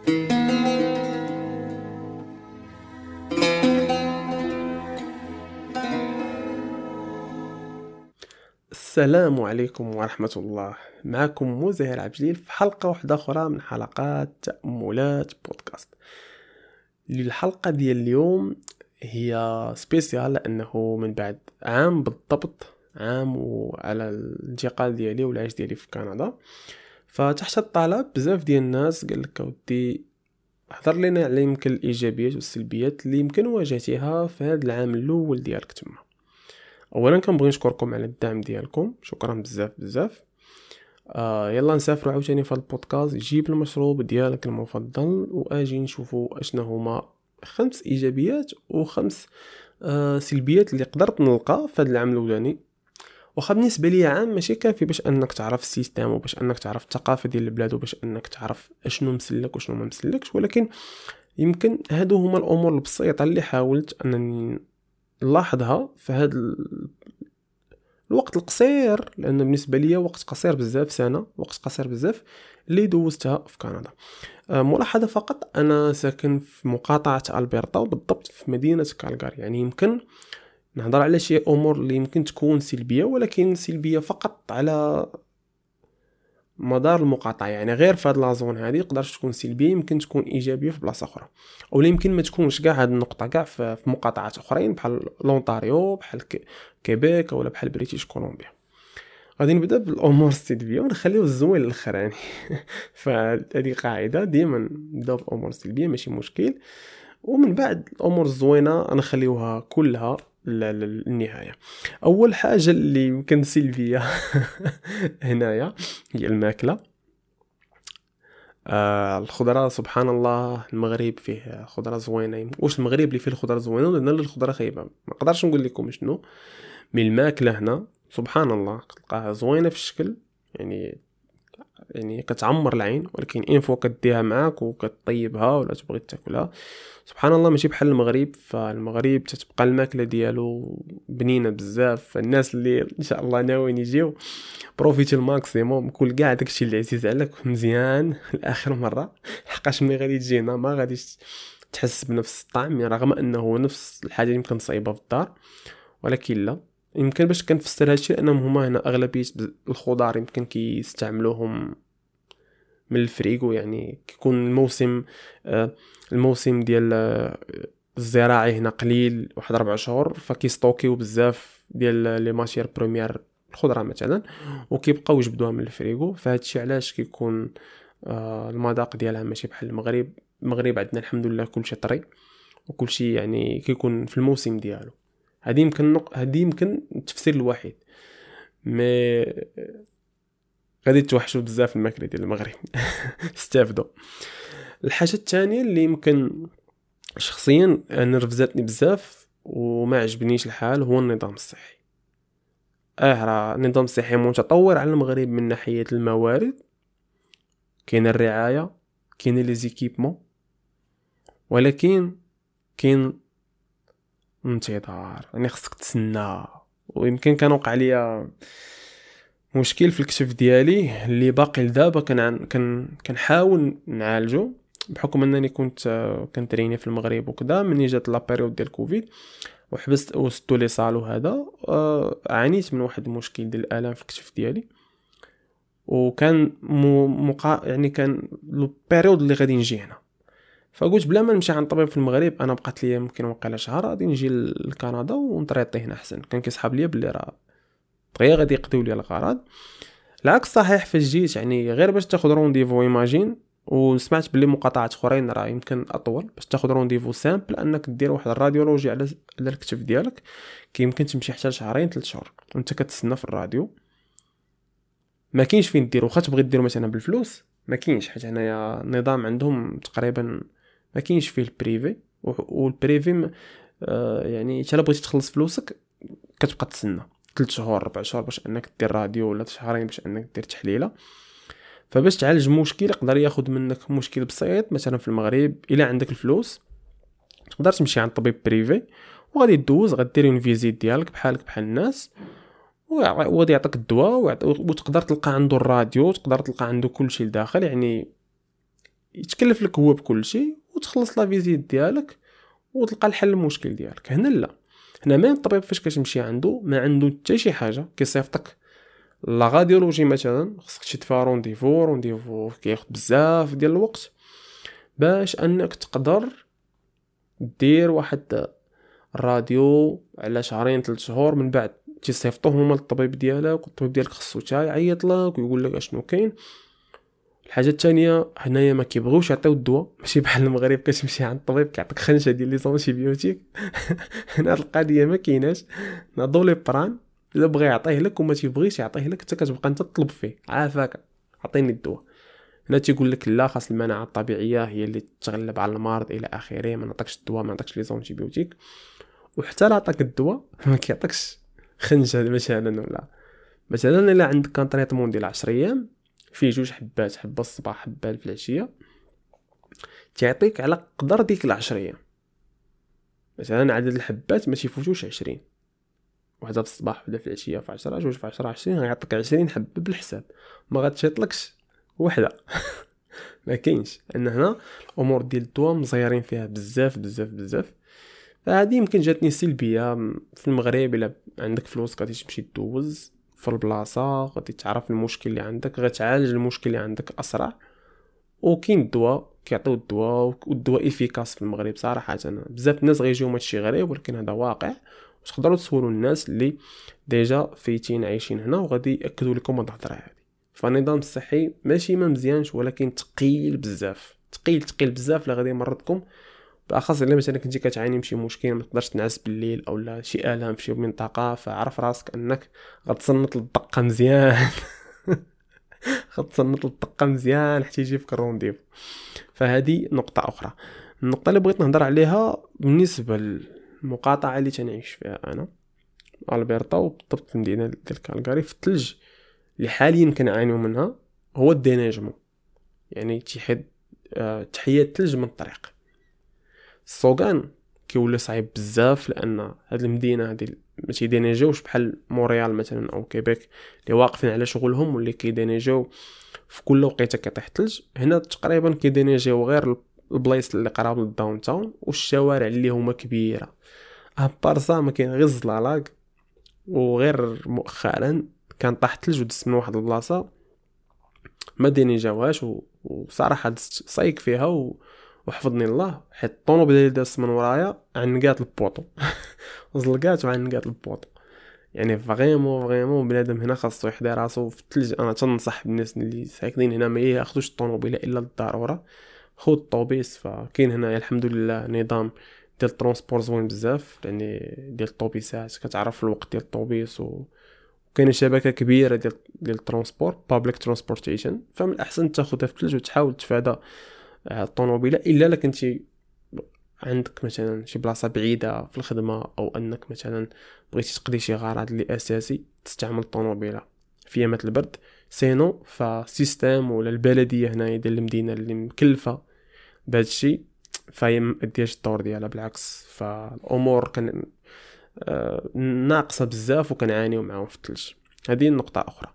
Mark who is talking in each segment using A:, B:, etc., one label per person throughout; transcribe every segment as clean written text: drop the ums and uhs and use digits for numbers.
A: السلام عليكم ورحمة الله. معكم مزهر عبجليل في حلقة واحدة أخرى من حلقات تأملات بودكاست. الحلقة ديال اليوم هي سبيسيال لأنه من بعد عام بالضبط، عام وعلى الانتقال ديالي والعيش ديالي في كندا، فتحت الطلب بزاف ديال الناس قال لك ودي حضر لنا على يمكن الإيجابيات والسلبيات اللي يمكن واجهتيها في هذا العام الأول ديالك تما. اولا كنبغي نشكركم على الدعم ديالكم، شكرا بزاف. يلا نسافروا عاوتاني في البودكاست. جيب المشروب ديالك المفضل واجي نشوفوا اشنا هما 5 ايجابيات و5 سلبيات اللي قدرت نلقى في هذا العام الاولاني. واخا بالنسبه لي عام ماشي كافي باش انك تعرف السيستم وباش انك تعرف الثقافه ديال البلاد وباش انك تعرف اشنو مسلك وشنو ما مسلكش، ولكن يمكن هادو هما الامور البسيطه اللي حاولت انني نلاحظها في هذا الوقت القصير، لان بالنسبه لي وقت قصير بزاف، سنه وقت قصير بزاف اللي دوزتها في كندا. ملاحظه فقط، انا ساكن في مقاطعه البرتا وبالضبط في مدينه كالغاري، يعني يمكن نهضر على شي امور اللي يمكن تكون سلبيه، ولكن سلبيه فقط على مدار المقاطعه، يعني غير في هاد لازون هذه تقدر تكون سلبيه يمكن تكون ايجابيه في بلاصه اخرى، او يمكن ما تكونش كاع هاد النقطه كاع في مقاطعات اخرين بحال لونتاريو، بحال كيبيك ولا بحال بريتيش كولومبيا. غادي نبدا بالامور السلبيه ونخليو الزوين للاخر يعني فهذه قاعده ديما نبداو بالامور السلبيه ماشي مشكل، ومن بعد الامور الزوينه نخليوها كلها للنهايه. اول حاجه اللي يمكن سلبيه هنايا هي الماكله. الخضره سبحان الله، المغرب فيه خضره زوينه. واش المغرب اللي فيه الخضره زوينه ولا الخضره خايبه؟ ما نقدرش نقول لكم شنو، من الماكله هنا سبحان الله تلقاها زوينه في الشكل، يعني كتعمر العين، ولكن ان فوا كديها معاك وكتطيبها ولا تبغي تاكلها سبحان الله ماشي بحال المغرب. فالمغرب تتبقى الماكله ديالو بنينه بزاف. فالناس اللي ان شاء الله ناويين يجيو بروفيتي الماكسيموم، كل كاع داكشي اللي عزيز عليك مزيان لاخر مره، حقاش ملي غادي تجينا ما غاديش تحس بنفس الطعم، يعني رغم انه نفس الحاجه يمكن تصايبها في الدار، ولكن لا يمكن باش كنفسر هادشي لانهم هما هنا اغلبيه الخضار يمكن كيستعملوهم من الفريغو، يعني كيكون الموسم ديال الزراعي هنا قليل، واحد 4 شهور، فكيستوكيو بزاف ديال لي ماتير بروميير الخضره مثلا وكيبقاو يجبدوها من الفريغو. فهادشي علاش كيكون المذاق ديالها ماشي بحال المغرب. المغرب عندنا الحمد لله كلشي طري وكلشي يعني كيكون في الموسم ديالو. هذه يمكن التفسير الوحيد، مي غادي توحشوا بزاف الماكله ديال المغرب استافدوا. الحاجه الثانيه اللي يمكن شخصيا نرفزتني بزاف وما عجبنيش الحال هو النظام الصحي. راه النظام الصحي متطور على المغرب من ناحيه الموارد، كاين الرعايه، كاين لي زيكيبمون، ولكن كاين انتظار، يعني خصك تسنى. ويمكن كان وقع ليا مشكل في الكشف ديالي اللي باقي لدابا كنحاول نعالجو، بحكم انني كنتريني في المغرب وكذا. مني جات لا بيريود ديال كوفيد وحبست وسدوا لي صالو هذا، عانيت من واحد المشكل ديال الالام في الكشف ديالي، وكان يعني كان لو بيريود اللي غادي نجي هنا. فقلت بلا ما نمشي عند طبيب في المغرب، انا بقات لي يمكن وقيله شهر غادي نجي لكندا ونطريطي هنا احسن. كان كيسحب لي بلي راه دغيا غادي يقضيو لي الغرض. العكس صحيح، فاش جيت يعني غير باش تاخذ رونديفو ايماجين، وسمعت بلي مقاطعات اخرين راه يمكن اطول باش تاخذ رونديفو سامبل انك دير واحد الراديولوجي على الكتف ديالك، كيمكن تمشي حتى شهرين 3 شهور وانت كتسنى في الراديو. ما كاينش فين دير، واخا تبغي دير مثلا بالفلوس ما كاينش، حيت هنايا النظام عندهم تقريبا ما كاينش فيه البريفي، والبريفي يعني حتى بغيتي تخلص فلوسك كتبقى تسنى 3 شهور 4 شهور باش انك دير راديو، ولا شهرين باش انك دير تحليله. فباش تعالج مشكل يقدر ياخذ منك مشكل بسيط مثلا في المغرب، الا عندك الفلوس تقدر تمشي عند طبيب بريفي وغادي تدوز، غدير اون فيزيت ديالك بحالك بحال الناس، وغادي يعطيك الدواء وتقدر تلقى عنده الراديو، تقدر تلقى عنده كل شيء لداخل. يعني يتكلف لك هو بكل شيء وتخلص لا فيزيت ديالك وتلقى الحل المشكل ديالك. هنا لا، هنا ميم الطبيب فاش كتمشي عنده ما عنده حتى شي حاجه، كيصيفطك لا راديولوجي مثلا، خصك تدفع رونديفو كياخذ بزاف ديال الوقت باش انك تقدر دير واحد الراديو على شهرين 3 شهور. من بعد تيصيفطوه هما للطبيب ديالك، والطبيب ديالك خصو تا يعيط لك ويقول لك اشنو كاين. الحاجه الثانيه هنايا ما كيبغيوش يعطيو الدواء، ماشي بحال المغرب كتمشي عند الطبيب كيعطيك خنشه ديال لي زونتيبيوتيك. هنا هاد القضيه ما كايناش. ناضو لي بران الا بغى يعطيه لك وما تيبغيش يعطيه لك حتى كتبقى انت تطلب فيه، عافاك عطيني الدواء. هنا تيقول لك لا، خاص المناعه الطبيعيه هي اللي تتغلب على المرض الى اخره، ما نعطيكش الدواء، ما نعطيكش لي زونتيبيوتيك. وحتى لا عطاك الدواء ما كيعطيكش خنجه مثلا، ولا مثلا الا عندك كان تريتمون ديال 10 ايام فيه 2 حبات، حبه الصباح حبه في العشيه، تعطيك على قدر ديك 10 ايام. مثلا عدد الحبات ما تيفوتوش 20، واحده في الصباح وحده في العشيه في 10، 2 في 10 20، غيعطيك 20 حبه بالحساب، ما غاتشيطلكش وحده. ما كاينش. ان هنا الامور ديال الدواء مزيرين فيها بزاف بزاف بزاف. فهذه يمكن جاتني سلبيه في المغرب. الا عندك فلوس غادي تمشي تدوز في البلاصه، غادي تعرف المشكل اللي عندك، غتعالج المشكل اللي عندك اسرع. وكاين الدواء كيعطيو الدواء، والدواء افيكاس في المغرب صراحه. بزاف الناس غيجيو هادشي غريب، ولكن هذا واقع. وتقدروا تسولوا الناس اللي ديجا فايتين عايشين هنا وغادي ياكدوا لكم هاد الهضره هذه. فالنظام الصحي ماشي ما مزيانش، ولكن ثقيل بزاف، ثقيل بزاف، لا غادي يمرضكم. بالاخص الا مثلا كنتي كتعاني من شي مشكل ما تقدرش تنعس بالليل او لا شي الام في شي منطقه، فعرف راسك انك غتصنت للدقه مزيان. غتصنت للدقه مزيان حتى يجي فيك الرونديف. فهذه نقطه اخرى. النقطه اللي بغيت نهضر عليها بالنسبه للمقاطعه اللي تنعيش فيها انا، البرتا، وبالضبط في المدينه ديال كالغاري، في الثلج اللي حاليا كنعانيو منها هو الديناجمون. يعني تحيه الثلج من الطريق. السوقان كيولي صعيب بزاف، لان هاد المدينه هادي ما تيدينيجيوش بحال مونريال مثلا او كيبيك اللي واقفين على شغلهم واللي كيدينيجيو في كل وقيته كيطيح الثلج. هنا تقريبا كيدينيجيو غير البلايص اللي قراب للداون تاون والشوارع اللي هما كبيره. ابارسا ما كاين غير الزلالاق. وغير مؤخرا كان طاح الثلج ودس من واحد البلاصه ما دينيجاوهاش، وصراحه دست صايك فيها وحفظني الله، حيت الطونوبيل اللي داز من ورايا عنقات البوطو. زلقات وعنقات البوطو. يعني فريمون بنادم هنا خاصو يحضي راسو في الثلج. انا تنصح بالناس اللي ساكنين هنا ما ياخذوش الطونوبيل الا للضروره، خذ الطوبيس. فكاين هنا الحمد لله نظام ديال الترونسبور زوين بزاف، يعني ديال الطوبيسات كتعرف الوقت ديال الطوبيس، وكاينه شبكه كبيره ديال الترونسبور بابليك ترانسبورتيشن. فمن الاحسن تاخذها في الثلج وتحاول تفادى الطوموبيله الا لا كنتي عندك مثلا شي بلاصه بعيده في الخدمه، او انك مثلا بغيتي تقضي شي غرض اللي اساسي تستعمل الطوموبيله في ايامات البرد. سينو فسيستم ولا البلديه هنايا ديال المدينه اللي مكلفه بهذا الشيء فهي ما ادياش الدور ديالها، بالعكس. فالامور كان ناقصه بزاف وكنعانيو معاهم في الثلج. هذه نقطه اخرى.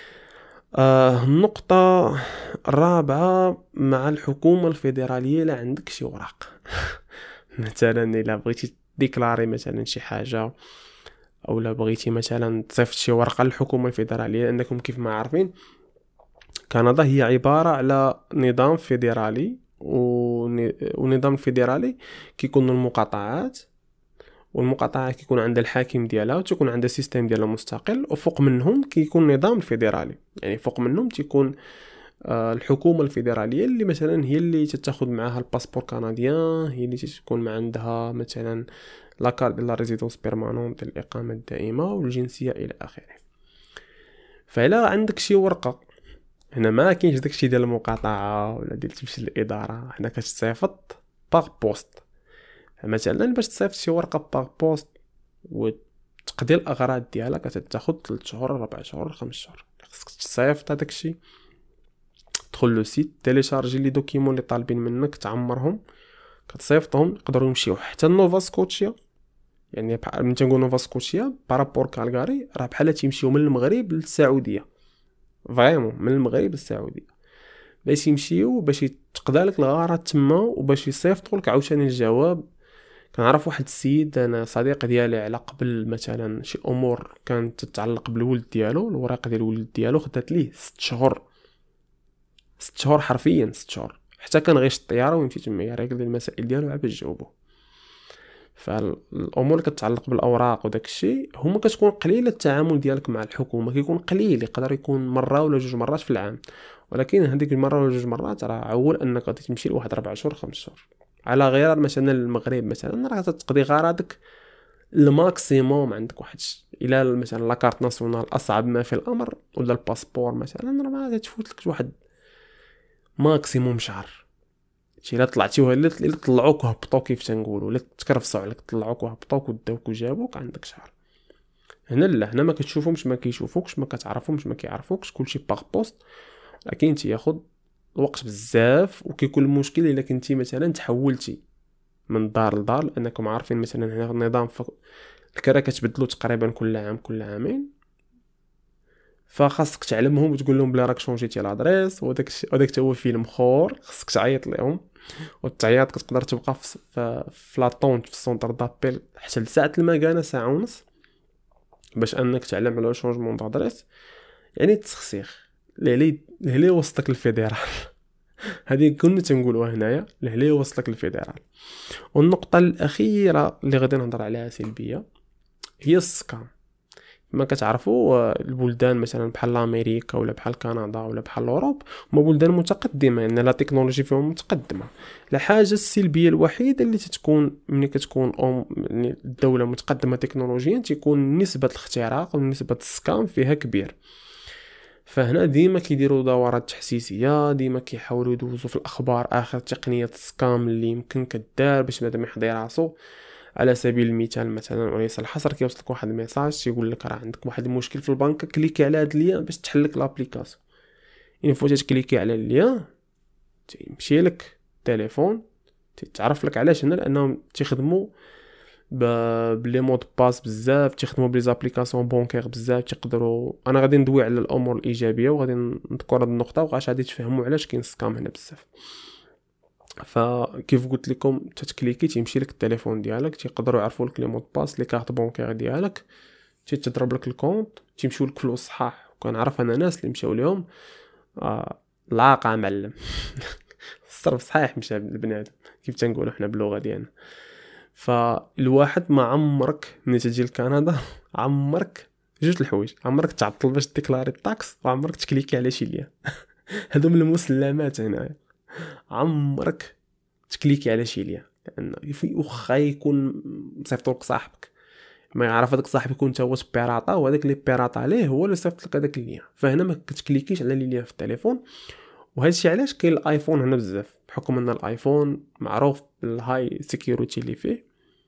A: النقطة الرابعة مع الحكومة الفيدرالية. لا عندك شي وراق. مثلا إلا بغيتي ديكلاري مثلا شي حاجة، أو لا بغيتي مثلا تصيفط شي ورقة للحكومة الفيدرالية، لأنكم كيف ما عارفين كندا هي عبارة على نظام فيدرالي، ونظام الفيدرالي كيكونوا المقاطعات، والمقاطعة كيكون عندها الحاكم ديالها وتكون عندها سيستم ديالها مستقل، وفوق منهم كيكون نظام الفيدرالي. يعني فوق منهم تيكون الحكومة الفيدرالية اللي مثلا هي اللي تتاخذ معها الباسبور كنديان، هي اللي تكون مع عندها مثلا لا كارت ديال لا ريزيدونس بيرمانونت ديال الإقامة الدائمة والجنسية إلى آخره. فإلا عندك شي ورقة هنا ما كاينش داكشي ديال المقاطعة ولا ديال تمشي للإدارة، هنا كتصيفط باغ بوست. مثلا باش تصيفط شي ورقه باغ بوست وتقضي الاغراض ديالها كتاخذ 3 شهور 4 شهور 5 شهور. خصك تصيفط هذاك الشيء، تدخل لو سيت تيليشارجي لي دوكيمون اللي طالبين منك تعمرهم، كتصيفطهم يقدروا يمشيو حتى لنوفا سكوتشيا. يعني من تنقول نوفا سكوتشيا بارابور كالغاري راه بحال تيمشيو من المغرب للسعوديه، فريمون من المغرب للسعوديه. باش يمشيو باش يتقضى لك الغرض تما وباش يصيفطوا لك عاوتاني الجواب. كنعرف واحد السيد انا صديق ديالي على قبل مثلا شي امور كانت تتعلق بالولد ديالو، الوراق ديال الولد ديالو خدات ليه 6 شهور، 6 شهور حرفيا 6 شهور، حتى كان غيش الطياره ويمشي تما يراقل المسائل ديالو عاد باش جاوبو. فالامور اللي كتعلق بالاوراق وداك الشيء هما كتكون قليله التعامل ديالك مع الحكومه، كيكون قليل، يقدر يكون مره ولا جوج مرات في العام، ولكن هذيك المره ولا جوج مرات راه عول انك غادي تمشي لواحد 4 شهور 5 شهور. على غير مثلا المغرب مثلا راه تقضي غرضك الماكسيموم عندك واحد الى مثلا لاكارت ناسيونال اصعب ما في الامر ولا الباسبور مثلا راه ما تفوت لك واحد ماكسيموم شهر. شي الا طلعتيوها الا طلعوك وهبطوك كيف تنقولوا، الا تكرفصوا عليك طلعوك وهبطوك وداوك وجابوك عندك شهر. هنا لا، هنا ما كتشوفهمش ما كيشوفوكش، ما كتعرفهمش ما كيعرفوكش، كلشي باغ بوست، لكن تياخذ الوقت بزاف. وكيكون المشكل الا كنتي مثلا تحولتي من دار لدار، لانكم عارفين مثلا هنا النظام الكرا كتبدلو تقريبا كل عام كل عامين، فخاصك تعلمهم وتقول لهم بلا راك شونجيتي لادريس وداك تا هو فيلم خور، خاصك تعيط لهم، والتعياط كتقدر تبقى في لاطونت في السونتر دابيل حتى لساعه المكانه ساعه ونص باش انك تعلم على شونجمون دادريس. يعني تسخسيخ لهلي وصلك الفيدرال. هذه كنا تنقولوها هنايا، لهلي وصلك الفيدرال. والنقطه الاخيره اللي غادي نهضر عليها سلبيه هي السكام. ما كتعرفوا البلدان مثلا بحال امريكا ولا بحال كندا ولا بحال اوروب هما بلدان متقدمه، يعني لا تكنولوجي فيهم متقدمه. الحاجه السلبيه الوحيده اللي تتكون ملي كتكون يعني الدوله متقدمه تكنولوجيا تيكون نسبه الاختراق ونسبه السكام فيها كبير. فهنا ديما كيديروا دورات تحسيسيه، ديما كيحاولوا يدوزوا في الاخبار اخر تقنيه السكام اللي يمكن كدار باش بنادم يحضي راسو. على سبيل المثال مثلا وليس الحصر كيوصلك واحد الميساج تيقول لك راه عندك واحد المشكل في البنك، كليكي على هذا اللين باش تحل لك لابليكاسيون. يعني فوت تكليكي على اللين تيمشي لك التليفون، تتعرف لك علاش هنا لانهم تيخدموا بلي مود باس بزاف، تيخدموا بلي زابليكاسيون بونكير بزاف تيقدروا. انا غادي ندوي على الامور الايجابيه وغادي نذكر هذه النقطه وغاش غادي تفهموا علاش كاين سكام هنا بزاف. فكيف قلت لكم تتكليكي تيمشي لك التليفون ديالك، تيقدروا يعرفوا لك لي مود باس لي كارت بونكير ديالك، تضرب لك الكونط تيمشيو لك فلوس صحاح. وكنعرف انا ناس اللي مشاو لهم العاقه معلم. الصرف صحيح مشى البنادم كيف تنقولوا حنا باللغه ديالنا. فالواحد ما عمرك ملي تجي لكندا عمرك جوج الحوايج، عمرك تعطل باش ديكلاري الطاكس وعمرك تكليكي على شي ليا. هادو من المسلمات هنايا، عمرك تكليكي على شي ليا، لان واخا يكون مصيفط لك صاحبك ما يعرف هذاك صاحبك يكون تا هو بيراطا وهذاك اللي بيراطا عليه هو اللي صيفط لك هذاك اللين. فهنا ما كتكليكيش على ليا في التليفون. وهذا الشيء علاش كاين الايفون هنا بزاف، بحكم ان الايفون معروف بالهاي سيكيوريتي اللي فيه.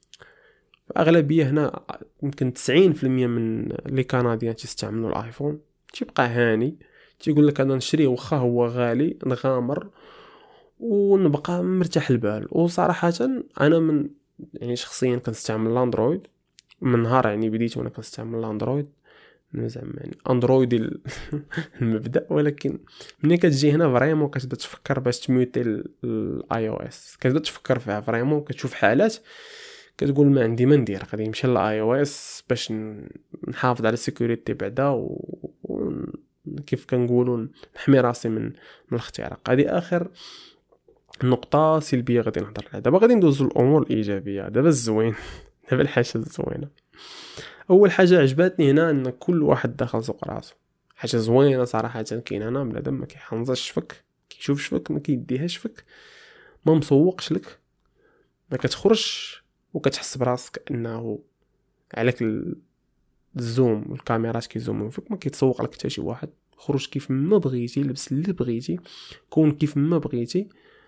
A: اغلبيه هنا يمكن 90% من لي كنديان تستعملوا الايفون. تيبقى هاني تيقول لك انا نشري واخا هو غالي نغامر ونبقى مرتاح البال. وصراحه انا من يعني شخصيا كنستعمل الاندرويد من نهار يعني بديت وانا كنستعمل الاندرويد زعما يعني اندرويد المبدا. ولكن ملي كتجي هنا فريمون كتبدا تفكر باش تميوتي الاي او اس، كتبدا تفكر فيها فريمون، كتشوف حالات كتقول ما عندي ما ندير، غادي نمشي للاي او اس باش نحافظ على السيكوريتي بعدا كيف كنقولوا نحمي راسي من الاختراق. هذه اخر نقطه سلبيه غادي نهضر عليها. دابا غادي ندوزو للامور الايجابيه، دابا الزوين. دابا الحاجه الزوينه، اول حاجه عجبتني هنا ان كل واحد داخل سوق راسو. حاجه زوينه صراحه. كاين هنا بنادم ما كيحنزش شفك، كيشوف شفك ما كيديهاش فيك، ما مسوقش لك، ما كتخرج وكتحس براسك انه عليك الزوم والكاميرات كيزوموا فيك، ما كيتسوق لك حتى شي واحد. خرج كيف ما بغيتي، لبس اللي بغيتي، كون كيف ما بغيتي.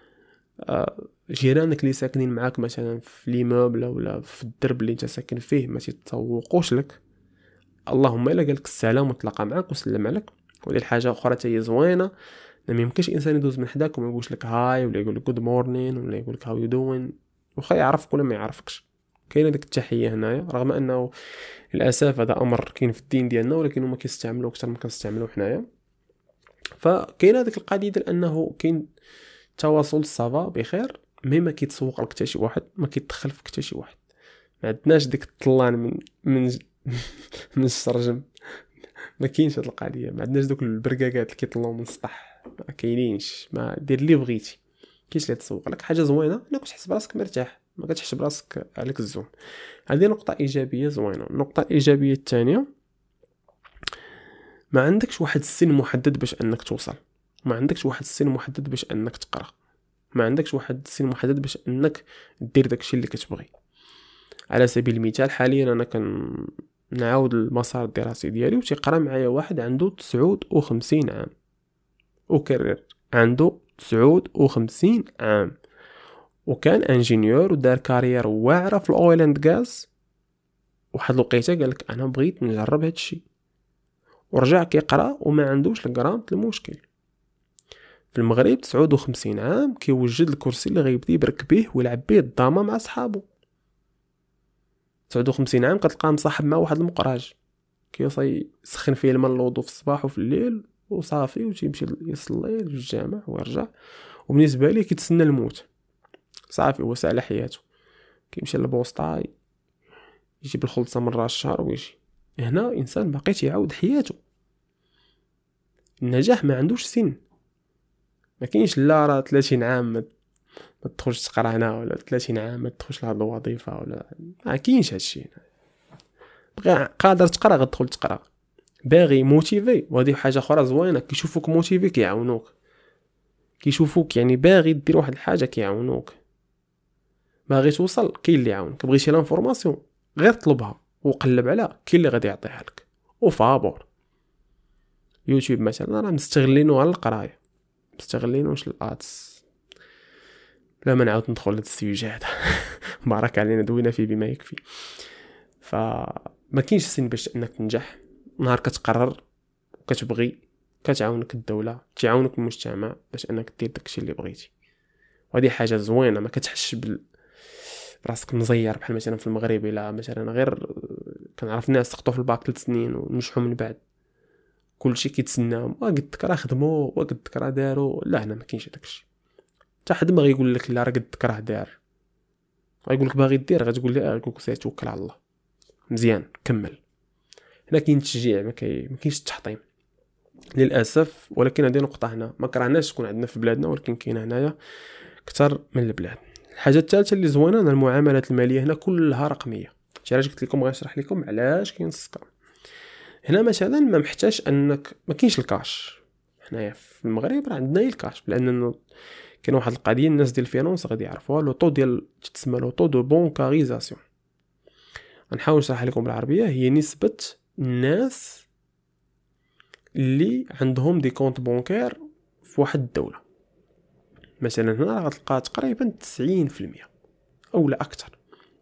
A: جيرانك اللي ساكنين معاك مثلا في ليموبل ولا في الدرب اللي انت ساكن فيه ما تتسوقوش لك، اللهم الا قالك السلام وتلاقى معاك وسلم عليك. ودي الحاجه اخرى حتى هي زوينه، ما يمكنش انسان يدوز من حداك وما يقولش لك هاي ولا يقول لك جود مورنين ولا يقول لك هاو يو دوين، واخا يعرفك ولا ما يعرفكش. كاينه ديك التحيه هنايا، رغم انه للاسف هذا امر كاين في الدين ديالنا ولكن هما كيستعملوه اكثر ما كنستعملوه حنايا. فكاين هذيك القضيه ديال انه كاين تواصل صافا بخير، مي ما كيتسوق لك حتى شي واحد، ما كيدخل فيك حتى شي واحد، ما عندناش ديك الطلان من من الشرجم، ما كاينش هاد القضيه، ما عندناش دوك البركاكات اللي كيطلعوا من السطح، ما كاينينش. ما دير اللي بغيتي، كاينش اللي تسوق لك حاجه زوينه انك تحس براسك مرتاح، ما كتحس براسك عليك الزوم. هذه نقطه ايجابيه زوينه. النقطه الايجابيه الثانيه، ما عندكش واحد السن محدد باش انك توصل، ما عندكش واحد السن محدد باش انك تقرا، ما عندكش واحد السن محدد باش انك دير داكشي اللي كتبغي. على سبيل المثال حاليا انا نعاود المسار الدراسي ديالي، وتيقرا معايا واحد عنده 59 عام، وكرر عنده 59 عام، وكان انجينيور ودار كارير واعره في الاويل اند غاز. واحد الوقيته قالك انا بغيت نجرب هادشي، ورجع كيقرا وما عندوش الغرام المشكل. في المغرب 59 عام كيوجد الكرسي اللي غيبدا يبرك به ويلعب به الضامه مع صحابو. 59 عام كتلقاه مصاحب مع واحد المقراج كيوصل يسخن فيه الماء الوضو في الصباح وفي الليل وصافي، وتيمشي يصلي للجامع ويرجع، وبالنسبه ليه كيتسنى الموت صافي، هو سال حياته، كيمشي للبوسطه يجيب الخلطه مره الشهر ويجي. هنا انسان باقي تيعاود حياته. النجاح ما عندوش سن، ما كاينش لا راه 30 عام ما تدخلش تقرا هنا، ولا 30 عام ما تدخلش لهاد الوظيفه، ولا ما كاينش هادشي. بغي قادر تقرا غتدخل تقرا، باغي موتيفي، وهذه حاجه اخرى زوينه، كيشوفوك موتيفي كيعاونوك، كيشوفوك يعني باغي دير واحد الحاجه كيعاونوك، باغي توصل كاين اللي يعاونك، بغيتي لانفورماسيون غير طلبها وقلب عليها، كاين اللي غادي يعطيها لك. وفابور يوتيوب مثلا راه مستغلينو على القرايه، مستغلينوش للادس. لا ما نعاود ندخل لهاد السيجي هذا بارك علينا دوينا فيه بما يكفي. فما كاينش سن باش انك تنجح. نهار كتقرر وكتبغي كتعاونك الدوله، تعاونك المجتمع باش انك دير داكشي اللي بغيتي، وهذه حاجه زوينه. ما كتحسش براسك مزير بحال مثلا في المغرب، الا مثلا غير كنعرف ناس سقطوا في الباك 3 سنين ونجحوا من بعد، كلشي كيتسناهم وقدك راه خدموا وقدك راه داروا. لا هنا ما كاينش داكشي، حتى حد ما غيقول لك لا راه قدك راه دار، غيقول لك باغي دير غتقول لي غيقول لك سير توكل على الله مزيان كمل. هنا كاين تشجيع، ما كاينش التحطيم للاسف. ولكن هذه نقطه هنا ما كرهناش تكون عندنا في بلادنا، ولكن كاين هنايا اكثر من البلاد. الحاجه الثالثه اللي زوينه ان المعاملات الماليه هنا كلها رقميه. علاش قلت لكم غنشرح لكم علاش كاين السكر. هنا مثلا ما محتاج انك ما كاينش الكاش. حنايا في المغرب راه عندنا الكاش، لان كاين واحد القضيه الناس ديال الفينانس غادي يعرفوها، لو طو ديال تسمى لو طو دو بونكاريزاسيون. غنحاول نشرح لكم بالعربيه. هي نسبه الناس اللي عندهم دي كونط بونكير في واحد الدوله. مثلا هنا غتلقى تقريبا 90% او لا اكثر،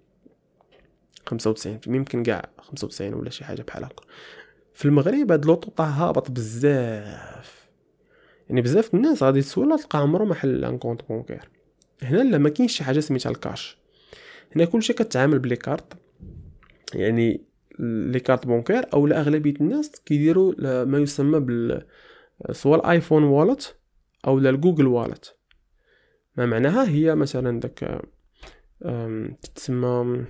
A: 95% يمكن كاع 95 ولا شي حاجه بحال هكا. في المغرب هاد لوطو طاه هابط بزاف، يعني بزاف الناس غادي تسول تلقى عمره ما حل ان كونط بونكير. هنا لا ما كاينش شي حاجه سميتها الكاش، هنا كلشي كتعامل بلي كارت، يعني لي كارت بونكير. او لا اغلبيه الناس كيديروا ما يسمى بال سواء الايفون والت او لا الجوجل والت. ما معناها هي مثلا داك تسمى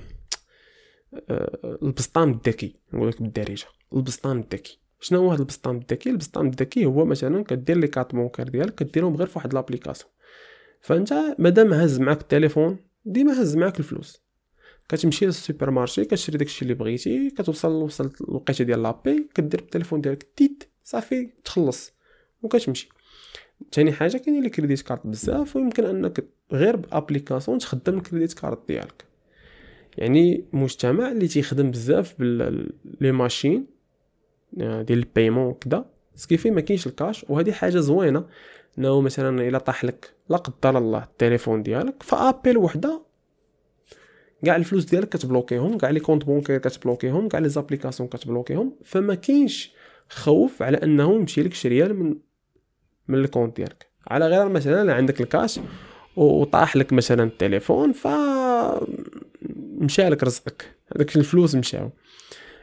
A: البسطام الذكي، نقول لك بالدارجه البسطام الذكي. شنو هو هذا البسطام الذكي؟ البسطام الذكي هو مثلا كدير لي كارت بونكير ديالك كديرهم غير في واحد لابليكاسيون، فانت مادام هز معاك التليفون ديما هز معاك الفلوس، كتمشي للسوبر مارشي كتشري داكشي اللي بغيتي، وصلت الوقيته ديال لابي كدير بالتليفون ديالك تيت صافي تخلص وكتمشي. ثاني حاجه كاين لي كريديت كارت بزاف، ويمكن انك غير بابليكاسيون تخدم الكريديت كارت ديالك. يعني مجتمع اللي تيخدم بزاف لي ماشين ديال البايمون كذا سكيفي ما كاينش الكاش. وهذه حاجه زوينه انه مثلا الا طاح لك لا قدر الله التليفون ديالك فابيل وحده كاع الفلوس ديالك كتبلوكيهم، كاع لي كونط بونكير كتبلوكيهم، كاع لي زابليكاسيون كتبلوكيهم. فما كاينش خوف على انه يمشي لك شي ريال من الكونط ديالك، على غير مثلا عندك الكاش وطاح لك مثلا التليفون ف مشى لك رزقك، هذاك الفلوس مشاو.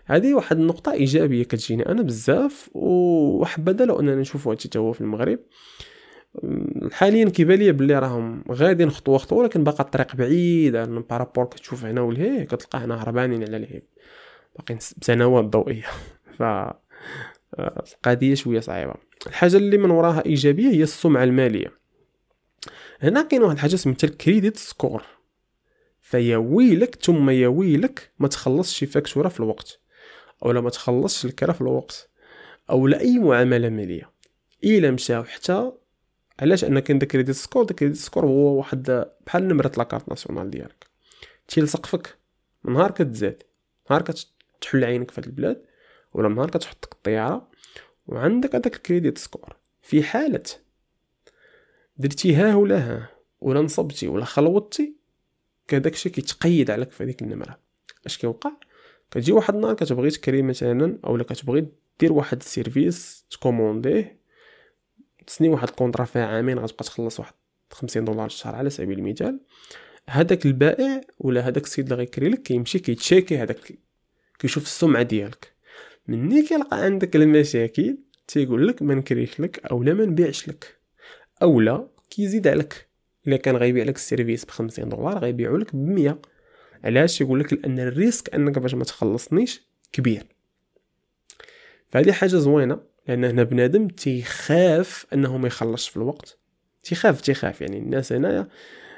A: هذه واحد النقطه ايجابيه كتجيني انا بزاف، وحبذا لو اننا نشوفوا هادشي حتى هو في المغرب. حاليا كيبان لي بلي راهم غاديين خطوه خطوه، ولكن باقا الطريق بعيده بارابور. كتشوف هنا ولهيه كتلقى هنا هربانين على الهيب، باقيين بسنوات ضوئيه. ف القضيه شويه صعيبه. الحاجه اللي من وراها ايجابيه هي السمعه الماليه. هنا كاين واحد الحاجه سميتها الكريديت سكور. فيا ويلك ثم يا ويلك ما تخلصش فاكتوره في الوقت، او لا ما تخلصش الكرا في الوقت، او لا اي معامله ماليه الا مشاو حتى. علاش؟ ان كاين داك كريديت سكور. داك كريديت سكور هو واحد بحال نمره لاكارت ناسيونال ديالك، تيل سقفك من نهار كتزاد، نهار كتحل عينك في هاد البلاد، ولا نهار كتحطك الطياره وعندك هذاك الكريديت سكور. في حاله درتي ها ولا ها، ولا نصبتي ولا خلوطتي، كداك الشيء كيتقيد عليك في هذيك النمره. اش كيوقع؟ كتجي واحد النهار كتبغي تكري مثلا، اولا كتبغي دير واحد السيرفيس تكومونديه، تسني واحد الكونطرا فيها عامين، غتبقى تخلص واحد $50 الشهر على سبيل المثال. هذاك البائع ولا هذاك السيد اللي غيكري لك كيمشي كيتشيكي هذاك، كيشوف السمعه ديالك. مني كيلقى عندك المشاكل تيقول لك ما نكريش لك، اولا ما نبيعش لك، اولا كيزيد عليك. الا كان غيبيع لك السيرفيس $50 غيبيعو لك ب100. علاش؟ يقول لك لان الريسك انك باش ما تخلصنيش كبير. فهذه حاجه زوينه، لان هنا بنادم تيخاف انه ما يخلصش في الوقت. تيخاف يعني الناس هنايا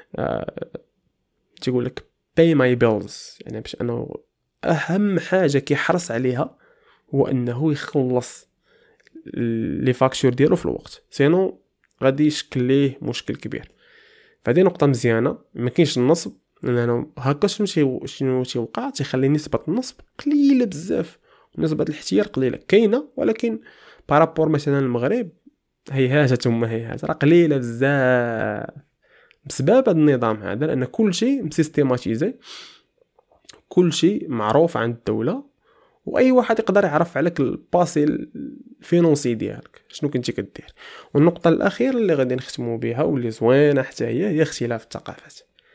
A: تيقول لك pay my bills، يعني باش انه اهم حاجه كيحرص عليها هو انه يخلص لي فاكتور ديالو في الوقت، سينو غادي يشكل ليه مشكل كبير. فهذه نقطه مزيانه. ما كاينش النصب، لانه هكا شنو تيوقع؟ تيخلي نسبه النصب قليله بزاف، ونسبه الاحتيال قليله. كاينه ولكن بارابور مثلا المغرب هيهات ثم هيهات، راه قليله بزاف بسبب هذا النظام هذا، لان كل شيء مسيستيماتيزي، كل شيء معروف عند الدوله، واي واحد يقدر يعرف عليك الباسي الفينونسي ديالك شنو كنتي كدير. والنقطه الاخيره اللي غادي نختموا بها واللي زوينه حتى هي اختلاف الثقافات.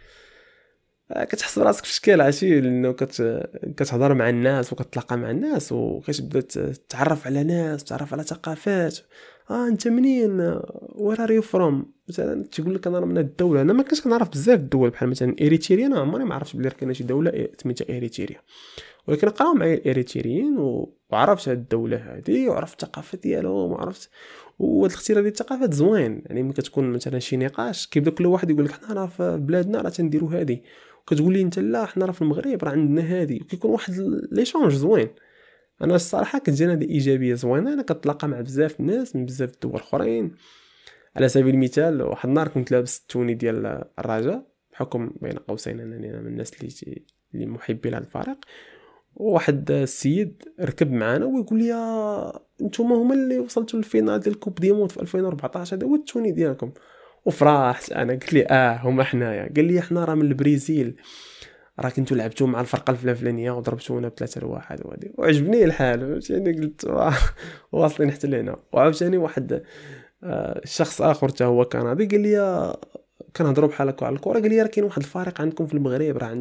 A: كتحس براسك في شكل عشي، لانه كتهضر مع الناس وكتلاقى مع الناس وكتبدا تتعرف على ناس، تعرف على ثقافات. انت منين؟ وير ار يو فروم؟ مثلا تيقول لك انا من الدوله. انا ما كنتش كنعرف بزاف الدول، بحال مثلا اريتريا. انا عمري ما عرفت بلي كاينه شي دوله سميتها اريتريا، ولكن قراو معايا الاريتريين وعرفت هاد الدوله هذه وعرفت الثقافه ديالهم وعرفت. وهاد الاختلاف ديال الثقافات زوين. يعني ملي كتكون مثلا شي نقاش كيبدا كل واحد يقول لك حنا راه في بلادنا راه تنديروا هذه، وكتقول لي انت لا حنا راه في المغرب راه عندنا هذه، وكيكون واحد ليشونج زوين. انا الصراحه كتجينا هذه ايجابيه زوينه. انا كتلاقى مع بزاف الناس من بزاف الدول اخرين. على سبيل المثال واحد النهار كنت لابس التوني ديال الرجاء، بحكم بين قوسين انني انا من الناس اللي محبين لهذا الفريق. وواحد السيد ركب معنا ويقول لي نتوما هما اللي وصلتوا للفينال ديال كوب دي موند في 2014، هذا هو التوني ديالكم. وفرحت انا، قلت لي هما حنايا. قال لي حنا راه من البرازيل، راه كنتو لعبتوا مع الفرقه الفلانيه وضربتونا ب3-1 وهذه. وعجبني الحال، فهمتيني؟ قلت واصلين حتى لهنا. وعاوتاني واحد شخص اخر حتى هو كندي قال لي كنهضروا بحال هكا على الكره، قال لي راه كاين واحد الفريق عندكم في المغرب راه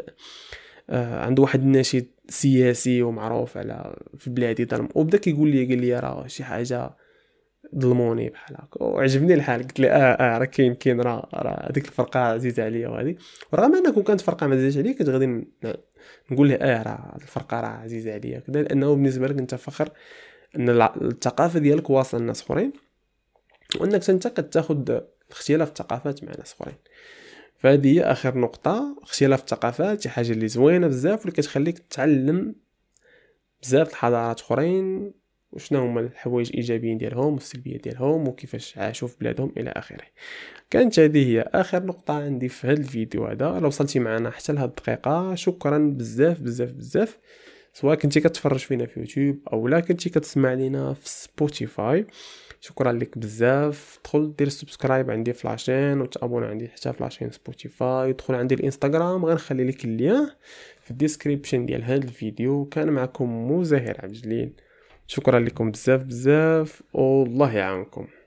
A: عنده واحد الناشط سياسي ومعروف على في بلادي ظلم. وبدا كيقول لي قال لي راه شي حاجه ظلموني بحال هكا. وعجبني الحال، قلت لي راه كاين راه هذيك الفرقه عزيزه عليا وهذه. ورغم انه كون كانت فرقه ما عزيزه عليا كنت غادي نقول له راه الفرقه راه عزيزه عليا كذا، لانه بالنسبه لك انت فخر ان الثقافه ديالك واصله لناس اخرين، وانك انت كتاخذ اختلاف الثقافات مع ناس اخرين. فهذه هي اخر نقطه. اختلاف الثقافات شي حاجه اللي زوينه بزاف، واللي كتخليك تتعلم بزاف الحضارات اخرين وشنو هما الحوايج الايجابيين ديالهم والسلبيات ديالهم وكيفاش عاشوا في بلادهم الى اخره. كانت هذه هي اخر نقطه عندي في هذا الفيديو هذا. لو وصلتي معنا حتى لهاد الدقيقه شكرا بزاف بزاف بزاف، سواء كنتي كتفرج فينا في يوتيوب او لا كنتي كتسمع لينا في سبوتيفاي. شكرا لك بزاف. دخل دير سبسكرايب عندي في لاشين وتابونا عندي حتى في لاشين سبوتيفاي. دخل عندي الانستغرام، غنخلي لك اللين في الديسكريبشن ديال هذا الفيديو. كان معكم مزهر عبد الجليل. شكرا لكم بزاف بزاف والله يعاونكم.